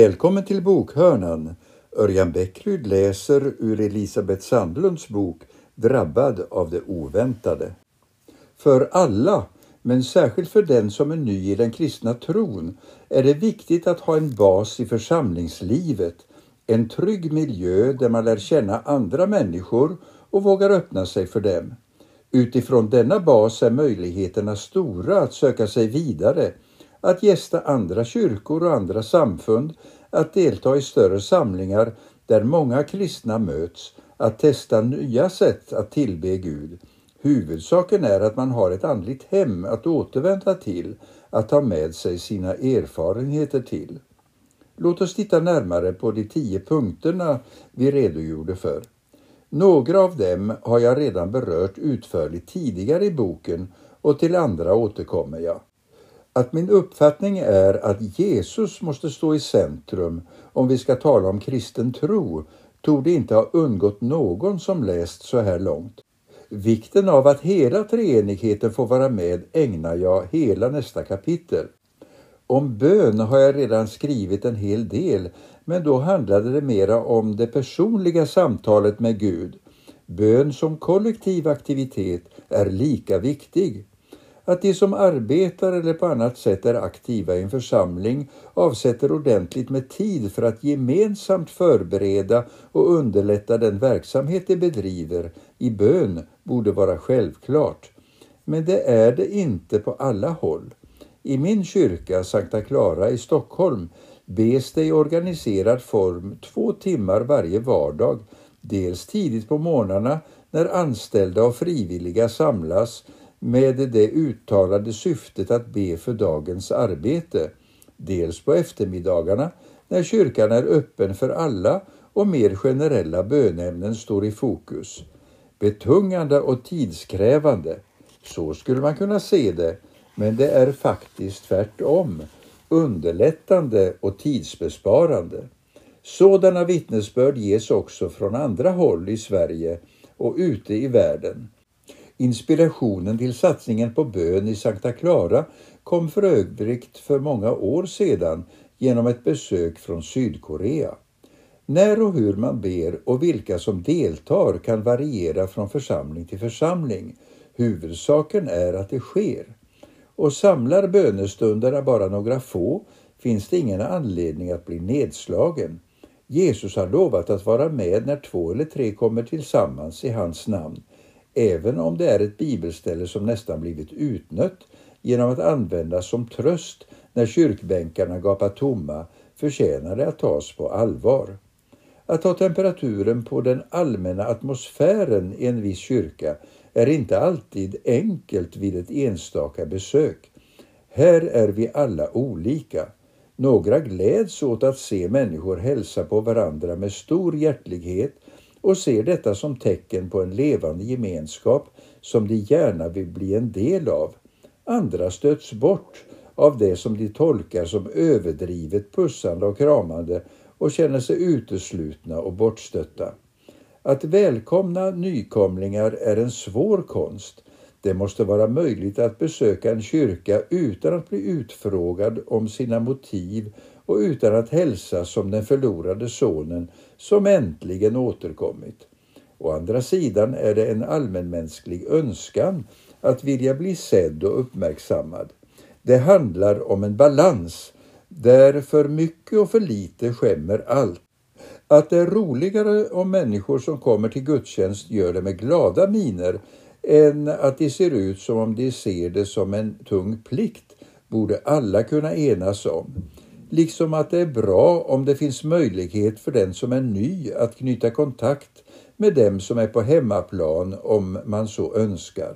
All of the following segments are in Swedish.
Välkommen till Bokhörnan. Örjan Bäckryd läser ur Elisabeth Sandlunds bok Drabbad av det oväntade. För alla, men särskilt för den som är ny i den kristna tron, är det viktigt att ha en bas i församlingslivet. En trygg miljö där man lär känna andra människor och vågar öppna sig för dem. Utifrån denna bas är möjligheterna stora att söka sig vidare, att gästa andra kyrkor och andra samfund, att delta i större samlingar där många kristna möts, att testa nya sätt att tillbe Gud. Huvudsaken är att man har ett andligt hem att återvända till, att ta med sig sina erfarenheter till. Låt oss titta närmare på de 10 punkterna vi redogjorde för. Några av dem har jag redan berört utförligt tidigare i boken och till andra återkommer jag. Att min uppfattning är att Jesus måste stå i centrum om vi ska tala om kristen tro torde inte ha undgått någon som läst så här långt. Vikten av att hela treenigheten får vara med ägnar jag hela nästa kapitel. Om bön har jag redan skrivit en hel del, men då handlade det mera om det personliga samtalet med Gud. Bön som kollektiv aktivitet är lika viktig. Att de som arbetar eller på annat sätt är aktiva i en församling avsätter ordentligt med tid för att gemensamt förbereda och underlätta den verksamhet de bedriver i bön borde vara självklart. Men det är det inte på alla håll. I min kyrka, Sankta Clara i Stockholm, bes det i organiserad form 2 timmar varje vardag, dels tidigt på morgnarna när anställda och frivilliga samlas med det uttalade syftet att be för dagens arbete, dels på eftermiddagarna när kyrkan är öppen för alla och mer generella bönämnen står i fokus. Betungande och tidskrävande, så skulle man kunna se det, men det är faktiskt tvärtom, underlättande och tidsbesparande. Sådana vittnesbörd ges också från andra håll i Sverige och ute i världen. Inspirationen till satsningen på bön i Sankta Clara kom för övrigt för många år sedan genom ett besök från Sydkorea. När och hur man ber och vilka som deltar kan variera från församling till församling. Huvudsaken är att det sker. Och samlar bönestunderna bara några få finns det ingen anledning att bli nedslagen. Jesus har lovat att vara med när 2 eller 3 kommer tillsammans i hans namn. Även om det är ett bibelställe som nästan blivit utnött genom att användas som tröst när kyrkbänkarna gapar tomma, förtjänar det att tas på allvar. Att ta temperaturen på den allmänna atmosfären i en viss kyrka är inte alltid enkelt vid ett enstaka besök. Här är vi alla olika. Några gläds åt att se människor hälsa på varandra med stor hjärtlighet och ser detta som tecken på en levande gemenskap som de gärna vill bli en del av. Andra stöts bort av det som de tolkar som överdrivet pussande och kramande och känner sig uteslutna och bortstötta. Att välkomna nykomlingar är en svår konst. Det måste vara möjligt att besöka en kyrka utan att bli utfrågad om sina motiv och utan att hälsa som den förlorade sonen som äntligen återkommit. Å andra sidan är det en allmänmänsklig önskan att vilja bli sedd och uppmärksammad. Det handlar om en balans där för mycket och för lite skämmer allt. Att det är roligare om människor som kommer till gudstjänst gör det med glada miner än att det ser ut som om de ser det som en tung plikt borde alla kunna enas om. Liksom att det är bra om det finns möjlighet för den som är ny att knyta kontakt med dem som är på hemmaplan om man så önskar.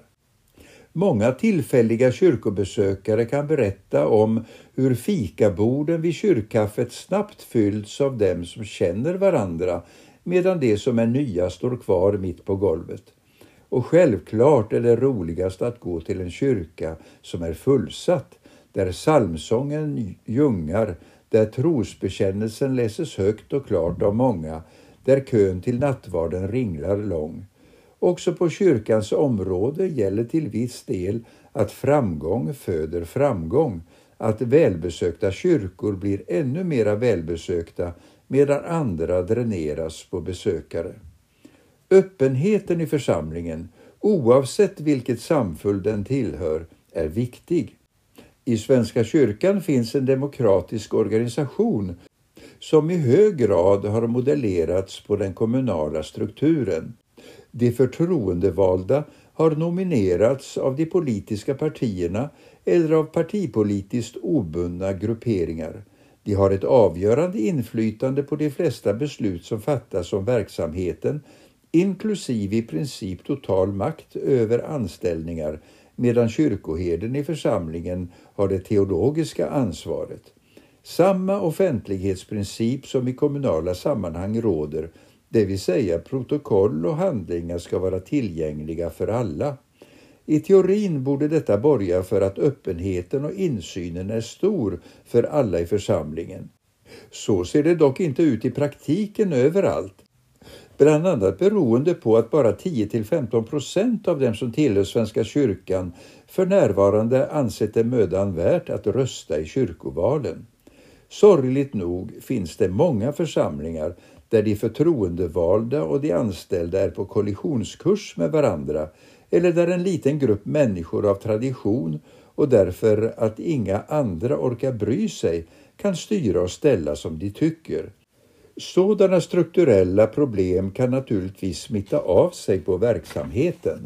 Många tillfälliga kyrkobesökare kan berätta om hur fikaborden vid kyrkkaffet snabbt fyllts av dem som känner varandra medan de som är nya står kvar mitt på golvet. Och självklart är det roligast att gå till en kyrka som är fullsatt, där psalmsången ljungar, där trosbekännelsen läses högt och klart av många, där kön till nattvarden ringlar lång. Också på kyrkans område gäller till viss del att framgång föder framgång, att välbesökta kyrkor blir ännu mera välbesökta medan andra dräneras på besökare. Öppenheten i församlingen, oavsett vilket samfund den tillhör, är viktig. I Svenska kyrkan finns en demokratisk organisation som i hög grad har modellerats på den kommunala strukturen. De förtroendevalda har nominerats av de politiska partierna eller av partipolitiskt obundna grupperingar. De har ett avgörande inflytande på de flesta beslut som fattas om verksamheten, inklusive i princip total makt över anställningar, medan kyrkoherden i församlingen har det teologiska ansvaret. Samma offentlighetsprincip som i kommunala sammanhang råder, det vill säga protokoll och handlingar ska vara tillgängliga för alla. I teorin borde detta borga för att öppenheten och insynen är stor för alla i församlingen. Så ser det dock inte ut i praktiken överallt. Bland annat beroende på att bara 10-15% av dem som tillhör Svenska kyrkan för närvarande ansett det mödan värt att rösta i kyrkovalen. Sorgligt nog finns det många församlingar där de förtroendevalda och de anställda är på kollisionskurs med varandra, eller där en liten grupp människor av tradition och därför att inga andra orkar bry sig kan styra och ställa som de tycker. Sådana strukturella problem kan naturligtvis smitta av sig på verksamheten.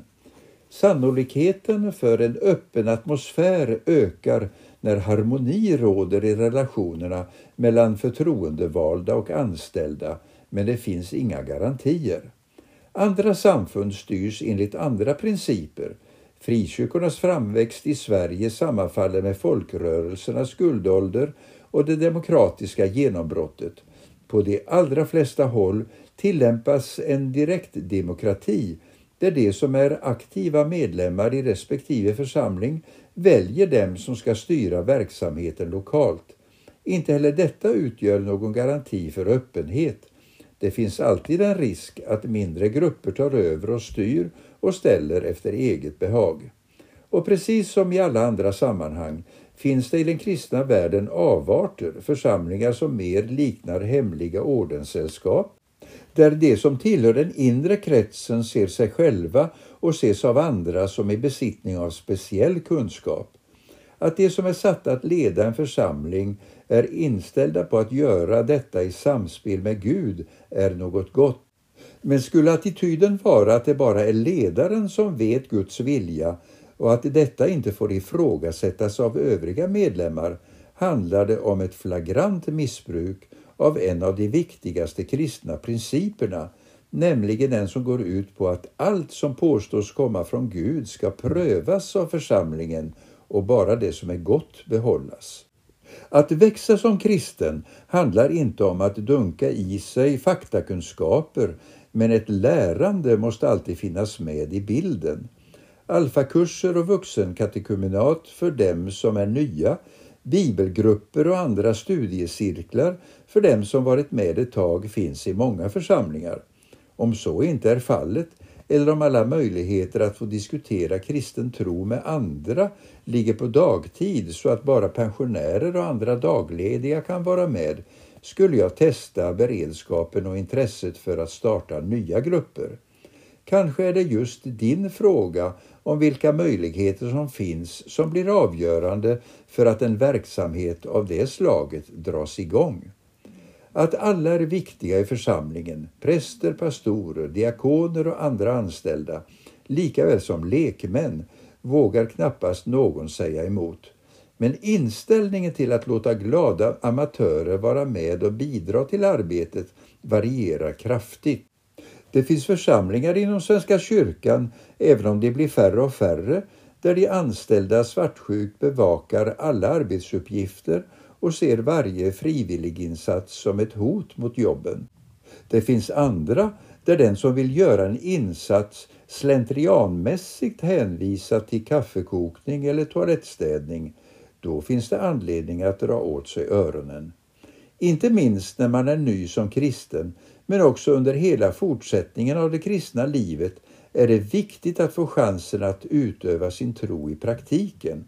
Sannolikheten för en öppen atmosfär ökar när harmoni råder i relationerna mellan förtroendevalda och anställda, men det finns inga garantier. Andra samfund styrs enligt andra principer. Frikyrkornas framväxt i Sverige sammanfaller med folkrörelsernas guldålder och det demokratiska genombrottet. På de allra flesta håll tillämpas en direktdemokrati där de som är aktiva medlemmar i respektive församling väljer dem som ska styra verksamheten lokalt. Inte heller detta utgör någon garanti för öppenhet. Det finns alltid en risk att mindre grupper tar över och styr och ställer efter eget behag. Och precis som i alla andra sammanhang finns det i den kristna världen avarter, församlingar som mer liknar hemliga ordenssällskap, där de som tillhör den inre kretsen ser sig själva och ses av andra som i besittning av speciell kunskap. Att de som är satta att leda en församling är inställda på att göra detta i samspel med Gud är något gott. Men skulle attityden vara att det bara är ledaren som vet Guds vilja och att detta inte får ifrågasättas av övriga medlemmar, handlar det om ett flagrant missbruk av en av de viktigaste kristna principerna, nämligen den som går ut på att allt som påstås komma från Gud ska prövas av församlingen och bara det som är gott behållas. Att växa som kristen handlar inte om att dunka i sig faktakunskaper, men ett lärande måste alltid finnas med i bilden. Alfakurser och vuxenkatekumenat för dem som är nya, bibelgrupper och andra studiecirklar för dem som varit med ett tag finns i många församlingar. Om så inte är fallet, eller om alla möjligheter att få diskutera kristen tro med andra ligger på dagtid så att bara pensionärer och andra daglediga kan vara med, skulle jag testa beredskapen och intresset för att starta nya grupper. Kanske är det just din fråga om vilka möjligheter som finns som blir avgörande för att en verksamhet av det slaget dras igång. Att alla är viktiga i församlingen, präster, pastorer, diakoner och andra anställda, likaväl som lekmän, vågar knappast någon säga emot. Men inställningen till att låta glada amatörer vara med och bidra till arbetet varierar kraftigt. Det finns församlingar inom Svenska kyrkan, även om det blir färre och färre, där de anställda svartsjukt bevakar alla arbetsuppgifter och ser varje frivilliginsats som ett hot mot jobben. Det finns andra där den som vill göra en insats slentrianmässigt hänvisar till kaffekokning eller toalettstädning. Då finns det anledning att dra åt sig öronen. Inte minst när man är ny som kristen, men också under hela fortsättningen av det kristna livet är det viktigt att få chansen att utöva sin tro i praktiken.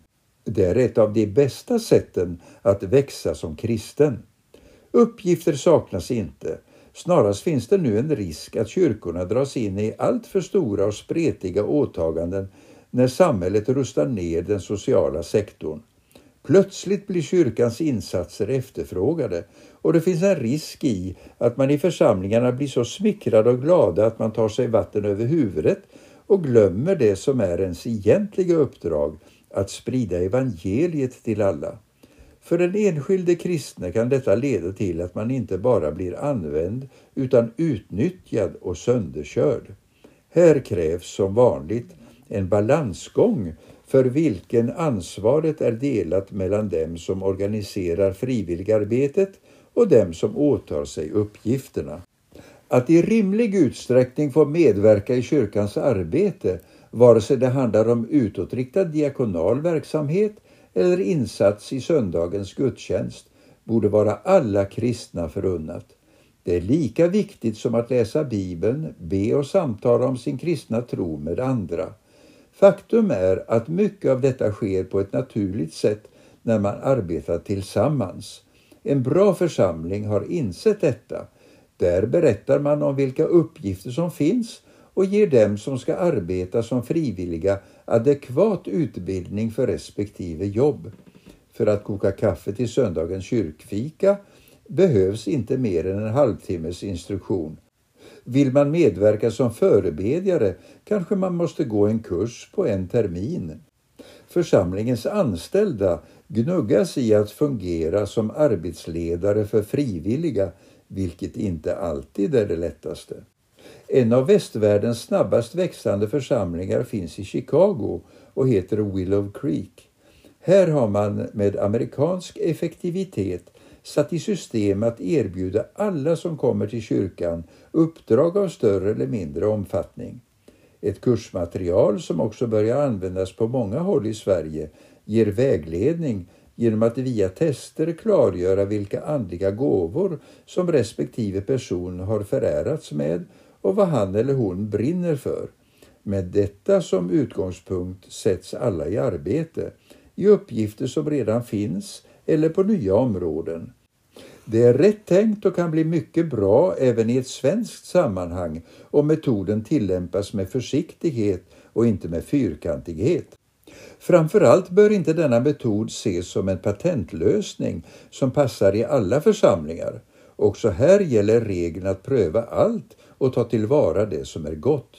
Det är ett av de bästa sätten att växa som kristen. Uppgifter saknas inte. Snarast finns det nu en risk att kyrkorna dras in i allt för stora och spretiga åtaganden när samhället rustar ner den sociala sektorn. Plötsligt blir kyrkans insatser efterfrågade och det finns en risk i att man i församlingarna blir så smickrade och glada att man tar sig vatten över huvudet och glömmer det som är ens egentliga uppdrag, att sprida evangeliet till alla. För den enskilde kristne kan detta leda till att man inte bara blir använd utan utnyttjad och sönderkörd. Här krävs som vanligt en balansgång för vilken ansvaret är delat mellan dem som organiserar frivilligarbetet och dem som åtar sig uppgifterna. Att i rimlig utsträckning få medverka i kyrkans arbete, vare sig det handlar om utåtriktad diakonal verksamhet eller insats i söndagens gudstjänst, borde vara alla kristna förunnat. Det är lika viktigt som att läsa Bibeln, be och samtala om sin kristna tro med andra. Faktum är att mycket av detta sker på ett naturligt sätt när man arbetar tillsammans. En bra församling har insett detta. Där berättar man om vilka uppgifter som finns och ger dem som ska arbeta som frivilliga adekvat utbildning för respektive jobb. För att koka kaffe till söndagens kyrkfika behövs inte mer än en halvtimmes instruktion. Vill man medverka som förebedjare kanske man måste gå en kurs på en termin. Församlingens anställda gnuggas i att fungera som arbetsledare för frivilliga, vilket inte alltid är det lättaste. En av västvärldens snabbast växande församlingar finns i Chicago och heter Willow Creek. Här har man med amerikansk effektivitet satt i system att erbjuda alla som kommer till kyrkan uppdrag av större eller mindre omfattning. Ett kursmaterial som också börjar användas på många håll i Sverige ger vägledning genom att via tester klargöra vilka andliga gåvor som respektive person har förärats med och vad han eller hon brinner för. Med detta som utgångspunkt sätts alla i arbete, i uppgifter som redan finns eller på nya områden. Det är rätt tänkt och kan bli mycket bra även i ett svenskt sammanhang om metoden tillämpas med försiktighet och inte med fyrkantighet. Framförallt bör inte denna metod ses som en patentlösning som passar i alla församlingar. Också här gäller regeln att pröva allt och ta tillvara det som är gott.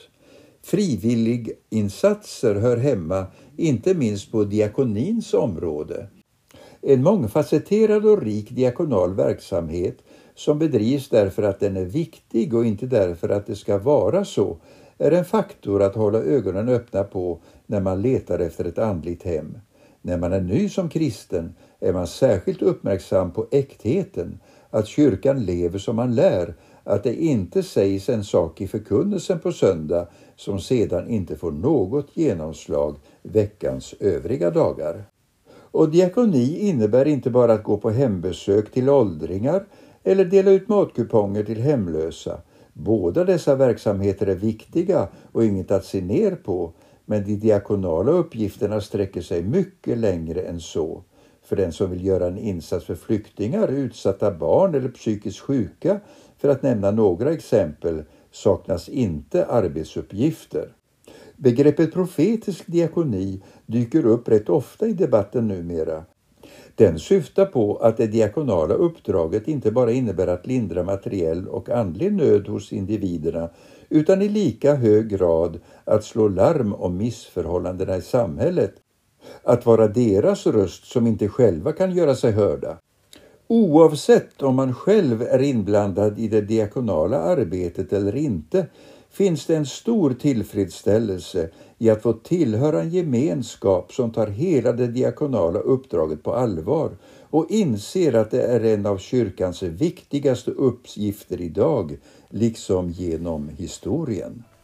Frivilliginsatser hör hemma inte minst på diakonins område. En mångfacetterad och rik diakonal verksamhet som bedrivs därför att den är viktig och inte därför att det ska vara så är en faktor att hålla ögonen öppna på när man letar efter ett andligt hem. När man är ny som kristen är man särskilt uppmärksam på äktheten, att kyrkan lever som man lär, att det inte sägs en sak i förkunnelsen på söndag som sedan inte får något genomslag veckans övriga dagar. Och diakoni innebär inte bara att gå på hembesök till åldringar eller dela ut matkuponger till hemlösa. Båda dessa verksamheter är viktiga och inget att se ner på, men de diakonala uppgifterna sträcker sig mycket längre än så. För den som vill göra en insats för flyktingar, utsatta barn eller psykiskt sjuka, för att nämna några exempel, saknas inte arbetsuppgifter. Begreppet profetisk diakoni dyker upp rätt ofta i debatten numera. Den syftar på att det diakonala uppdraget inte bara innebär att lindra materiell och andlig nöd hos individerna, utan i lika hög grad att slå larm om missförhållandena i samhället. Att vara deras röst som inte själva kan göra sig hörda. Oavsett om man själv är inblandad i det diakonala arbetet eller inte, finns det en stor tillfredsställelse i att få tillhöra en gemenskap som tar hela det diakonala uppdraget på allvar och inser att det är en av kyrkans viktigaste uppgifter idag, liksom genom historien.